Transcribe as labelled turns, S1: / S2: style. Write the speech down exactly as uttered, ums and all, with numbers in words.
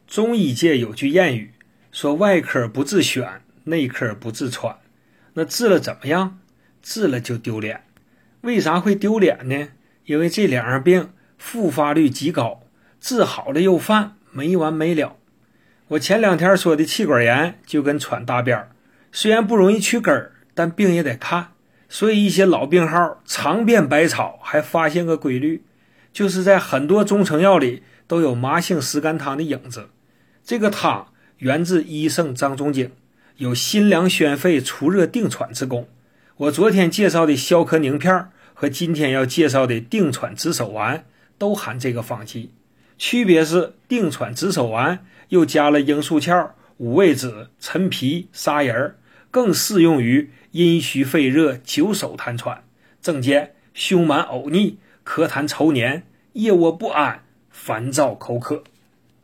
S1: 中医界有句谚语，说外科不治选，内科不治喘。那治了怎么样？治了就丢脸。为啥会丢脸呢？因为这两样病复发率极高，治好了又犯，没完没了。我前两天说的气管炎就跟喘大便，虽然不容易去根儿，但病也得看。所以一些老病号尝遍百草，还发现个规律，就是在很多中成药里都有麻杏石甘汤的影子。这个汤源自医圣张仲景，有辛凉宣肺、除热定喘之功。我昨天介绍的消渴宁片和今天要介绍的定喘止手丸都含这个方剂，区别是定喘止手丸又加了罂粟壳、五味子、陈皮、砂仁，更适用于阴虚肺热、久手痰喘，症见胸满呕逆、咳痰稠黏、夜卧不安、烦躁口渴。